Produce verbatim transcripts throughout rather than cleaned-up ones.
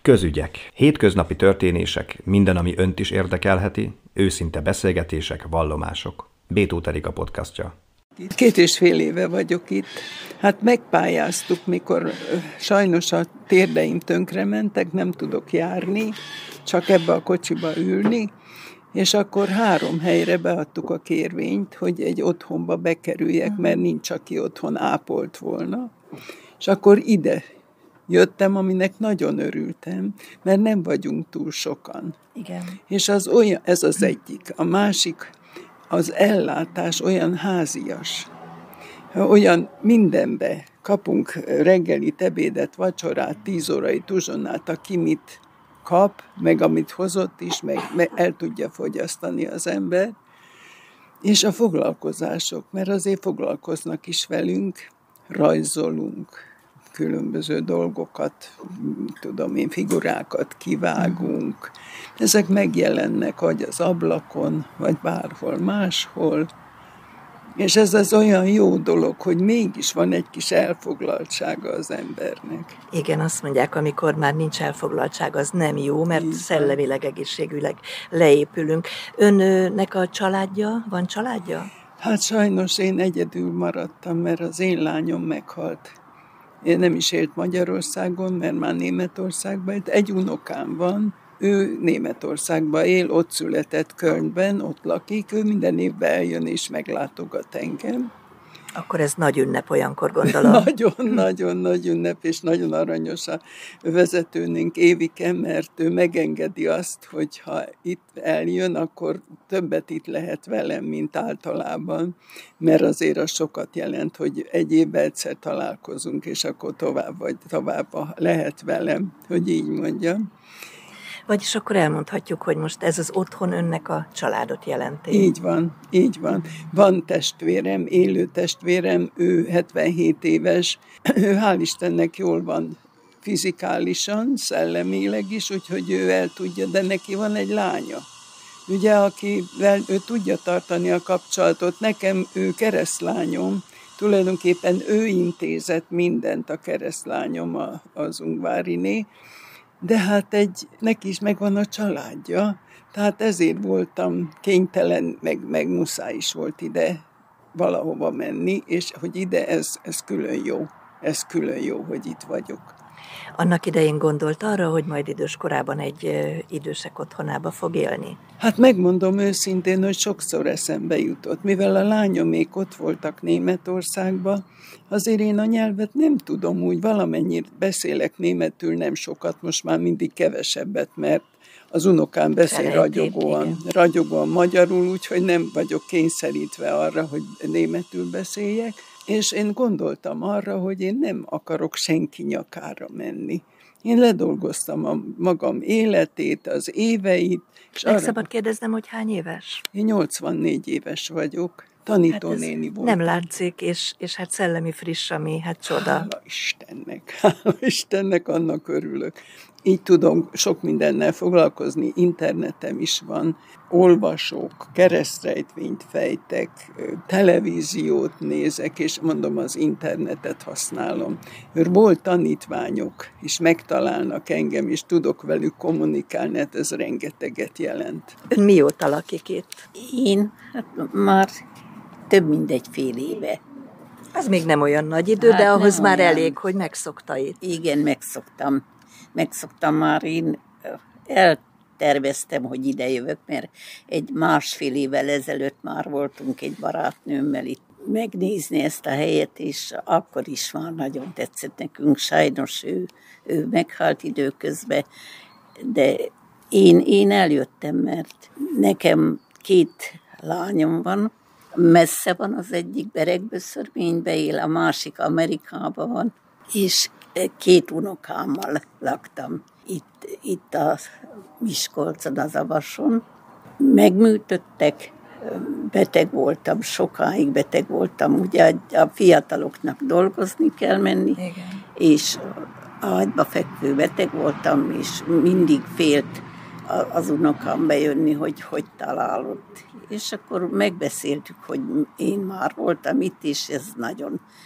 Közügyek. Hétköznapi történések, minden, ami önt is érdekelheti, őszinte beszélgetések, vallomások. Bétó Erika podcastja. Két és fél éve vagyok itt. Hát megpályáztuk, mikor sajnos a térdeim tönkre mentek, nem tudok járni, csak ebbe a kocsiba ülni, és akkor három helyre beadtuk a kérvényt, hogy egy otthonba bekerüljek, mert nincs, aki otthon ápolt volna. És akkor ide jöttem, aminek nagyon örültem, mert nem vagyunk túl sokan. Igen. És az olyan, ez az egyik. A másik, az ellátás olyan házias, olyan mindenbe kapunk reggelit, ebédet, vacsorát, tíz órai tuzsonát, aki mit kap, meg amit hozott is, meg, meg el tudja fogyasztani az ember, és a foglalkozások, mert azért foglalkoznak is velünk, rajzolunk, különböző dolgokat, tudom én, figurákat kivágunk. Ezek megjelennek, vagy az ablakon, vagy bárhol máshol. És ez az olyan jó dolog, hogy mégis van egy kis elfoglaltsága az embernek. Igen, azt mondják, amikor már nincs elfoglaltság, az nem jó, mert így szellemileg, egészségüleg leépülünk. Önnek a családja, van családja? Hát sajnos én egyedül maradtam, mert az én lányom meghalt. Én nem is élt Magyarországon, mert már Németországban. Egy unokám van, ő Németországban él, ott született Kölnben, ott lakik, ő minden évben eljön és meglátogat engem. Akkor ez nagy ünnep olyankor, gondolom. Nagyon-nagyon nagy ünnep, és nagyon aranyos a vezetőnénk Évike, mert ő megengedi azt, hogy ha itt eljön, akkor többet itt lehet velem, mint általában, mert azért az sokat jelent, hogy egy évben egyszer találkozunk, és akkor tovább, vagy tovább lehet velem, hogy így mondjam. Vagyis akkor elmondhatjuk, hogy most ez az otthon önnek a családot jelenti. Így van, így van. Van testvérem, élő testvérem, ő hetvenhét éves, ő hál' Istennek jól van fizikálisan, szellemileg is, úgyhogy ő el tudja, de neki van egy lánya. Ugye, akivel ő tudja tartani a kapcsolatot, nekem ő keresztlányom, tulajdonképpen ő intézett mindent, a keresztlányom az Ungváriné, de hát egy, neki is megvan a családja, tehát ezért voltam kénytelen, meg, meg muszáj is volt ide valahova menni, és hogy ide ez, ez külön jó, ez külön jó, hogy itt vagyok. Annak idején gondolt arra, hogy majd idős korában egy idősek otthonába fog élni? Hát megmondom őszintén, hogy sokszor eszembe jutott. Mivel a lányom még ott voltak Németországban, azért én a nyelvet nem tudom úgy, valamennyire beszélek németül, nem sokat, most már mindig kevesebbet, mert az unokám beszél ragyogóan, ragyogóan magyarul, úgyhogy nem vagyok kényszerítve arra, hogy németül beszéljek. És én gondoltam arra, hogy én nem akarok senki nyakára menni. Én ledolgoztam a magam életét, az éveit. Meg arra... szabad kérdeznem, hogy hány éves? Én nyolcvannégy éves vagyok. Tanítónéni hát voltam. Nem látszik, és, és hát szellemi friss, ami hát csoda. Hála Istennek, hála Istennek, annak örülök. Így tudom sok mindennel foglalkozni, internetem is van, olvasok, keresztrejtvényt fejtek, televíziót nézek, és mondom, az internetet használom. Volt tanítványok, és megtalálnak engem, és tudok velük kommunikálni, hát ez rengeteget jelent. Ön mióta lakik itt? Én hát már több mint egy fél éve. Az még nem olyan nagy idő, hát de ahhoz már olyan. Elég, hogy megszokta itt. Igen, megszoktam. Megszoktam már, én elterveztem, hogy ide jövök, mert egy másfél évvel ezelőtt már voltunk egy barátnőmmel itt megnézni ezt a helyet, és akkor is már nagyon tetszett nekünk. Sajnos ő, ő meghalt időközben, de én, én eljöttem, mert nekem két lányom van, messze van az egyik, Berekböszörménybe él, a másik Amerikában van, és két unokámmal laktam itt, itt a Miskolcon, az Avason. Megműtöttek, beteg voltam, sokáig beteg voltam, ugye a fiataloknak dolgozni kell menni, igen. És ágyba fekvő beteg voltam, és mindig félt az unokám bejönni, hogy hogy találott. És akkor megbeszéltük, hogy én már voltam itt, és ez nagyon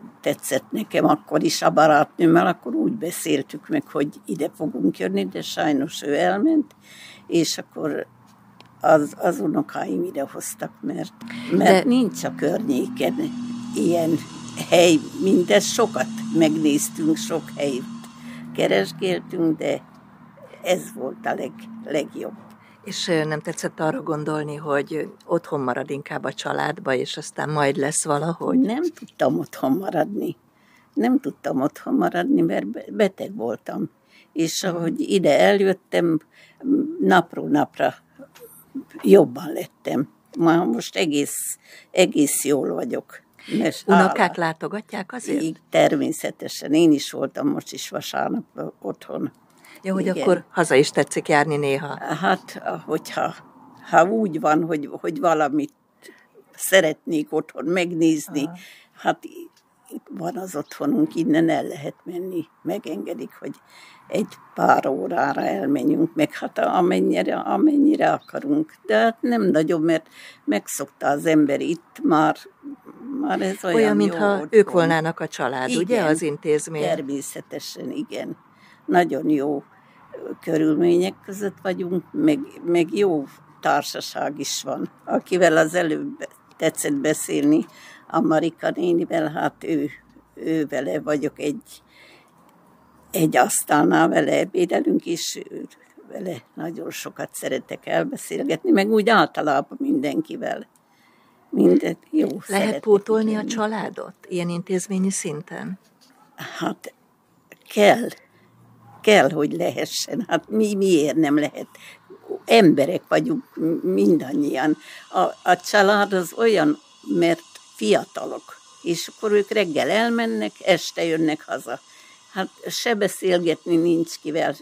tetszett nekem akkor is a barátnőmmel, akkor úgy beszéltük meg, hogy ide fogunk jönni, de sajnos ő elment, és akkor az, az unokáim ide hoztak, mert, mert de... nincs a környéken ilyen hely, mindez sokat megnéztünk, sok helyt keresgéltünk, de ez volt a leg, legjobb. És nem tetszett arra gondolni, hogy otthon marad inkább a családba, és aztán majd lesz valahogy? Nem tudtam otthon maradni. Nem tudtam otthon maradni, mert beteg voltam. És ahogy ide eljöttem, napról napra jobban lettem. Ma most egész, egész jól vagyok. Unokák látogatják azért? Így, természetesen. Én is voltam most is vasárnap otthon. Ja, hogy igen. Akkor haza is tetszik járni néha. Hát, hogyha ha úgy van, hogy, hogy valamit szeretnék otthon megnézni, aha. Hát van az otthonunk, innen el lehet menni. Megengedik, hogy egy pár órára elmenjünk, meg hát amennyire, amennyire akarunk. De hát nem nagyon, mert megszokta az ember itt már, már ez olyan, olyan mintha jó ők volnának a család, igen, ugye, az intézmény? Természetesen, igen. Nagyon jó körülmények között vagyunk, meg, meg jó társaság is van. Akivel az előbb tetszett beszélni, a Marika nénivel, hát ő, ő vele vagyok egy, egy asztalnál, vele ebédelünk, és vele nagyon sokat szeretek elbeszélgetni, meg úgy általában mindenkivel. Mindent jó. Lehet pótolni a családot ilyen intézményi szinten? Hát kell. Kell, hogy lehessen. Hát mi, miért nem lehet? Emberek vagyunk mindannyian. A, a család az olyan, mert fiatalok, és akkor ők reggel elmennek, este jönnek haza. Hát se beszélgetni nincs kivel.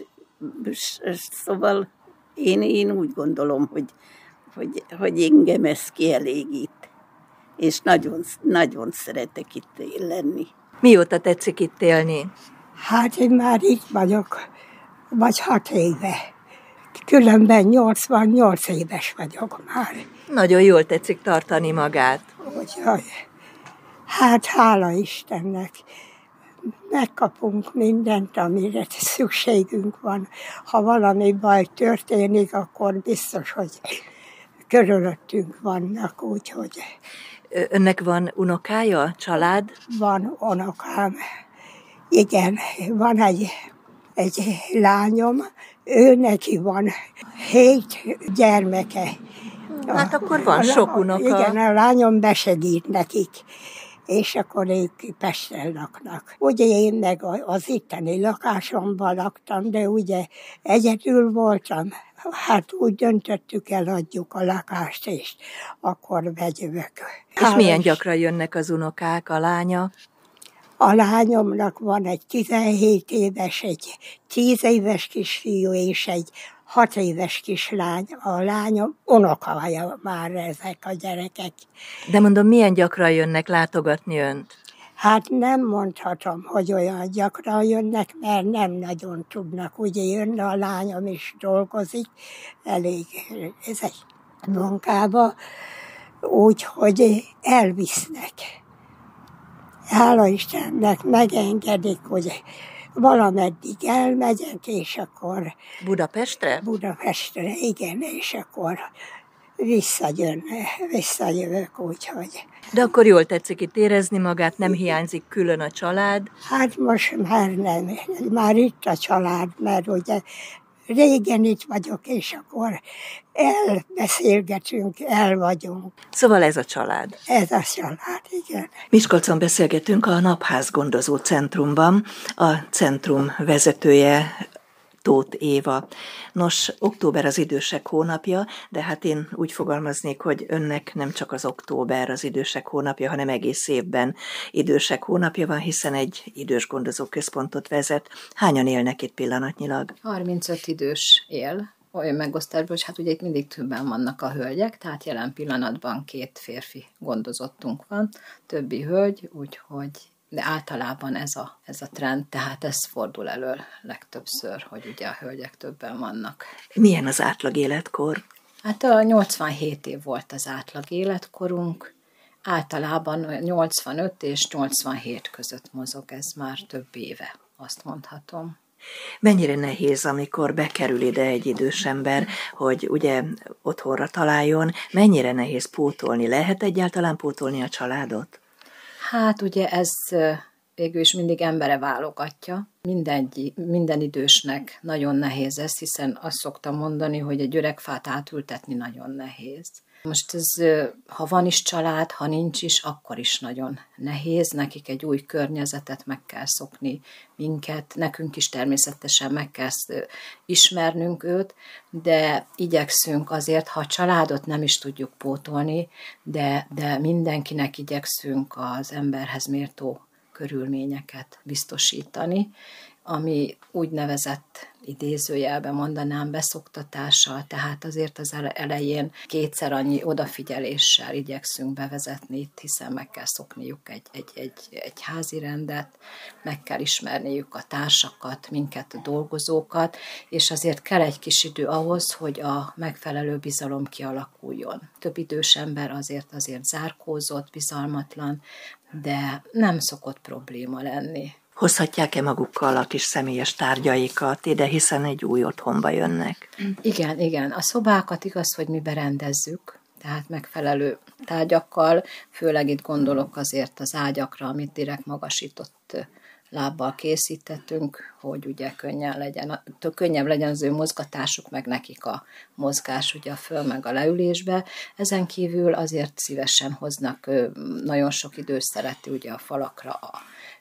Szóval én, én úgy gondolom, hogy, hogy, hogy engem ez kielégít. És nagyon, nagyon szeretek itt lenni. Mióta tetszik itt élni? Hát én már itt vagyok, vagy hat éve. Különben nyolcvannyolc éves vagyok már. Nagyon jól tetszik tartani magát. Úgyhogy, hát hála Istennek, megkapunk mindent, amire szükségünk van. Ha valami baj történik, akkor biztos, hogy körülöttünk vannak, úgyhogy... Önnek van unokája, család? Van unokám. Igen, van egy, egy lányom, ő neki van hét gyermeke. Hát akkor van sok unoka. Igen, a lányom besegít nekik, és akkor ők Pesten laknak. Ugye én meg az itteni lakásomban laktam, de ugye egyedül voltam. Hát úgy döntöttük, eladjuk a lakást, és akkor bejövök. És Hálás. Milyen gyakran jönnek az unokák, a lánya? A lányomnak van egy tizenhét éves, egy tíz éves kisfiú és egy hat éves kislány. A lányom unokája már ezek a gyerekek. De mondom, milyen gyakran jönnek látogatni önt? Hát nem mondhatom, hogy olyan gyakran jönnek, mert nem nagyon tudnak. Ugye jön, a lányom is dolgozik, elég ez egy munkába, úgyhogy elvisznek. Hála Istennek megengedik, hogy valameddig elmegyek, és akkor... Budapestre? Budapestre, igen, és akkor visszajön, visszajövök, úgyhogy... De akkor jól tetszik itt érezni magát, nem hiányzik külön a család? Hát most már nem, már itt a család, mert ugye régen itt vagyok, és akkor elbeszélgetünk, el vagyunk. Szóval ez a család? Ez a család, igen. Miskolcon beszélgetünk a Napház Gondozó Centrumban. A centrum vezetője Tóth Éva. Nos, október az idősek hónapja, de hát én úgy fogalmaznék, hogy önnek nem csak az október az idősek hónapja, hanem egész évben idősek hónapja van, hiszen egy idős gondozó központot vezet. Hányan élnek itt pillanatnyilag? harmincöt idős él, olyan megosztásban, hogy hát ugye itt mindig többen vannak a hölgyek, tehát jelen pillanatban két férfi gondozottunk van, többi hölgy, úgyhogy de általában ez a, ez a trend, tehát ez fordul elő legtöbbször, hogy ugye a hölgyek többen vannak. Milyen az átlag életkor? Hát a nyolcvanhét év volt az átlag életkorunk, Általában nyolcvanöt és nyolcvanhét között mozog, ez már több éve, azt mondhatom. Mennyire nehéz, amikor bekerül ide egy idős ember, hogy ugye otthonra találjon, mennyire nehéz pótolni? Lehet egyáltalán pótolni a családot? Hát ugye ez végül is mindig embere válogatja. Minden, minden idősnek nagyon nehéz ez, hiszen azt szoktam mondani, hogy egy öreg fát átültetni nagyon nehéz. Most ez, ha van is család, ha nincs is, akkor is nagyon nehéz. Nekik egy új környezetet meg kell szokni minket, nekünk is természetesen meg kell ismernünk őt, de igyekszünk azért, ha a családot nem is tudjuk pótolni, de, de mindenkinek igyekszünk az emberhez méltó körülményeket biztosítani, ami úgynevezett idézőjelben mondanám beszoktatással, tehát azért az elején kétszer annyi odafigyeléssel igyekszünk bevezetni itt, hiszen meg kell szokniuk egy, egy, egy, egy házi rendet, meg kell ismerniük a társakat, minket, a dolgozókat, és azért kell egy kis idő ahhoz, hogy a megfelelő bizalom kialakuljon. Több idős ember azért azért zárkózott, bizalmatlan, de nem szokott probléma lenni. Hozhatják-e magukkal a kis személyes tárgyaikat ide, hiszen egy új otthonba jönnek? Igen, igen. A szobákat igaz, hogy mi berendezzük, tehát megfelelő tárgyakkal, főleg itt gondolok azért az ágyakra, amit direkt magasított lábbal készítettünk, hogy ugye könnyen legyen, könnyebb legyen az ő mozgatásuk, meg nekik a mozgás ugye a föl meg a leülésbe. Ezen kívül azért szívesen hoznak, nagyon sok idős szereti ugye a falakra a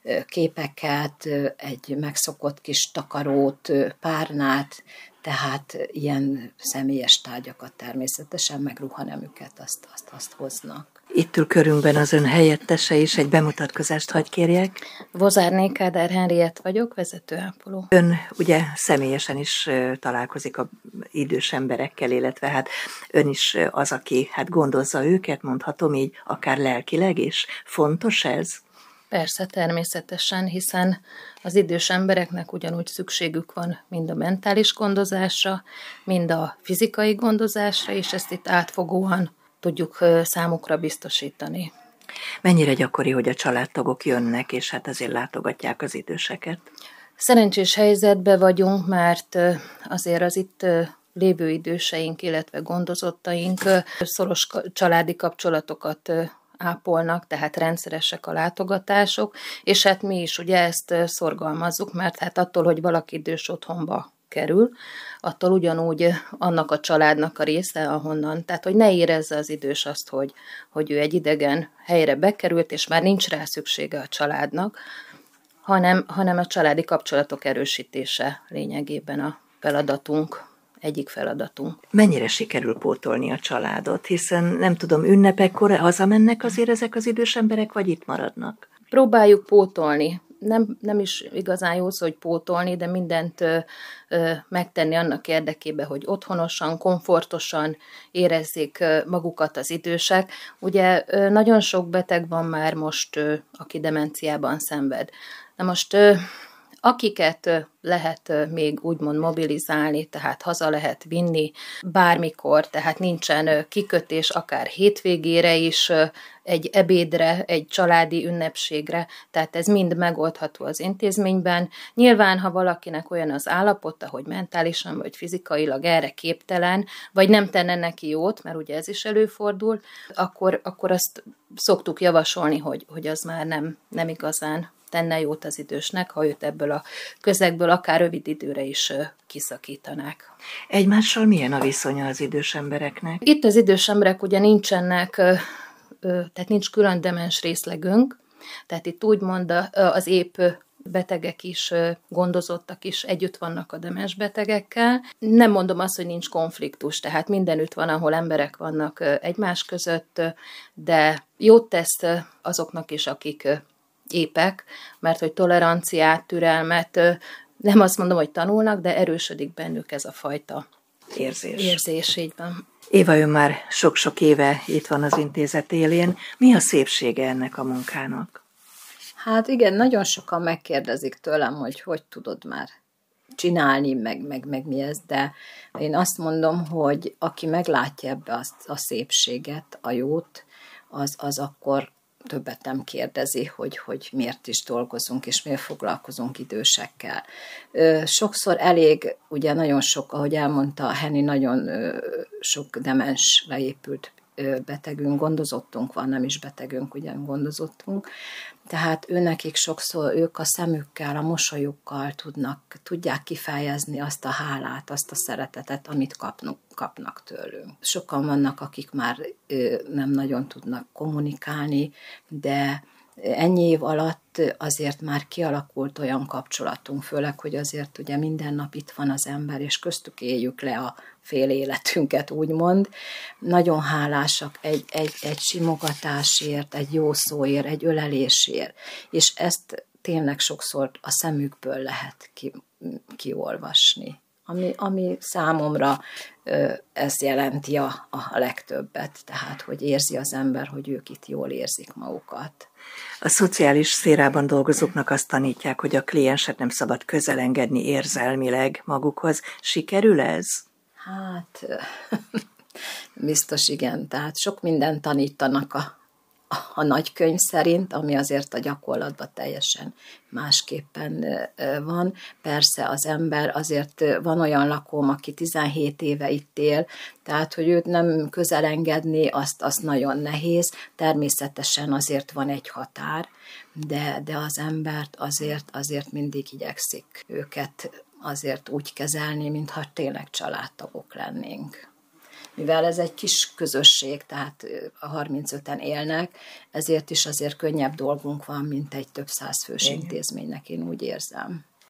képeket, egy megszokott kis takarót, párnát, tehát ilyen személyes tárgyakat természetesen, meg ruhanemüket azt, azt, azt hoznak. Itt ül körünkben az ön helyettese is, egy bemutatkozást hagy kérjek. Vozárné Kádár Henriett vagyok, vezetőápoló. Ön ugye személyesen is találkozik az idős emberekkel, illetve hát ön is az, aki hát gondozza őket, mondhatom így, akár lelkileg is. Fontos ez? Persze, természetesen, hiszen az idős embereknek ugyanúgy szükségük van mind a mentális gondozásra, mind a fizikai gondozásra, és ezt itt átfogóan tudjuk számukra biztosítani. Mennyire gyakori, hogy a családtagok jönnek, és hát azért látogatják az időseket? Szerencsés helyzetben vagyunk, mert azért az itt lévő időseink, illetve gondozottaink szoros családi kapcsolatokat ápolnak, tehát rendszeresek a látogatások, és hát mi is ugye ezt szorgalmazzuk, mert hát attól, hogy valaki idős otthonba kerül, attól ugyanúgy annak a családnak a része, ahonnan, tehát hogy ne érezze az idős azt, hogy, hogy ő egy idegen helyre bekerült, és már nincs rá szüksége a családnak, hanem, hanem a családi kapcsolatok erősítése lényegében a feladatunk. Egyik feladatunk. Mennyire sikerül pótolni a családot, hiszen nem tudom, ünnepekkor hazamennek azért ezek az idős emberek, vagy itt maradnak? Próbáljuk pótolni. Nem, nem is igazán jó szó, hogy pótolni, de mindent ö, ö, megtenni annak érdekében, hogy otthonosan, komfortosan érezzék ö, magukat az idősek. Ugye ö, nagyon sok beteg van már most, ö, aki demenciában szenved. Na most... Ö, akiket lehet még úgymond mobilizálni, tehát haza lehet vinni bármikor, tehát nincsen kikötés, akár hétvégére is, egy ebédre, egy családi ünnepségre, tehát ez mind megoldható az intézményben. Nyilván, ha valakinek olyan az állapota, hogy mentálisan vagy fizikailag erre képtelen, vagy nem tenne neki jót, mert ugye ez is előfordul, akkor, akkor azt szoktuk javasolni, hogy, hogy az már nem, nem igazán tenne jót az idősnek, ha őt ebből a közegből akár rövid időre is kiszakítanák. Egymással milyen a viszonya az idős embereknek? Itt az idős emberek ugye nincsenek, tehát nincs külön demens részlegünk, tehát itt úgymond az épp betegek is, gondozottak is együtt vannak a demens betegekkel. Nem mondom azt, hogy nincs konfliktus, tehát mindenütt van, ahol emberek vannak egymás között, de jót tesz azoknak is, akik épek, mert hogy toleranciát, türelmet, nem azt mondom, hogy tanulnak, de erősödik bennük ez a fajta érzés. érzés így van. Éva, ön már sok-sok éve itt van az intézet élén. Mi a szépsége ennek a munkának? Hát igen, nagyon sokan megkérdezik tőlem, hogy hogy tudod már csinálni, meg, meg, meg mi ez, de én azt mondom, hogy aki meglátja ebbe a, a szépséget, a jót, az, az akkor többet nem kérdezi, hogy, hogy miért is dolgozunk, és miért foglalkozunk idősekkel. Sokszor elég, ugye nagyon sok, ahogy elmondta Henny, nagyon sok demensre épült betegünk, gondozottunk van, nem is betegünk, ugyan gondozottunk. Tehát őnekik sokszor ők a szemükkel, a mosolyukkal tudnak, tudják kifejezni azt a hálát, azt a szeretetet, amit kapnak, kapnak tőlünk. Sokan vannak, akik már nem nagyon tudnak kommunikálni, de ennyi év alatt azért már kialakult olyan kapcsolatunk, főleg, hogy azért ugye minden nap itt van az ember, és köztük éljük le a fél életünket, úgymond. Nagyon hálásak egy, egy, egy simogatásért, egy jó szóért, egy ölelésért, és ezt tényleg sokszor a szemükből lehet ki, kiolvasni. Ami, ami számomra ez jelenti a, a legtöbbet, tehát hogy érzi az ember, hogy ők itt jól érzik magukat. A szociális szférában dolgozóknak azt tanítják, hogy a klienset nem szabad közel engedni érzelmileg magukhoz. Sikerül ez? Hát, biztos igen. Tehát sok mindent tanítanak a, a, a nagykönyv szerint, ami azért a gyakorlatban teljesen másképpen van. Persze az ember, azért van olyan lakóm, aki tizenhét éve itt él, tehát, hogy őt nem közel engedni, azt, azt nagyon nehéz. Természetesen azért van egy határ, de, de az embert azért, azért mindig igyekszik őket azért úgy kezelni, mintha tényleg családtagok lennénk. Mivel ez egy kis közösség, tehát a harmincöten élnek, ezért is azért könnyebb dolgunk van, mint egy több száz fős intézménynek, én úgy érzem.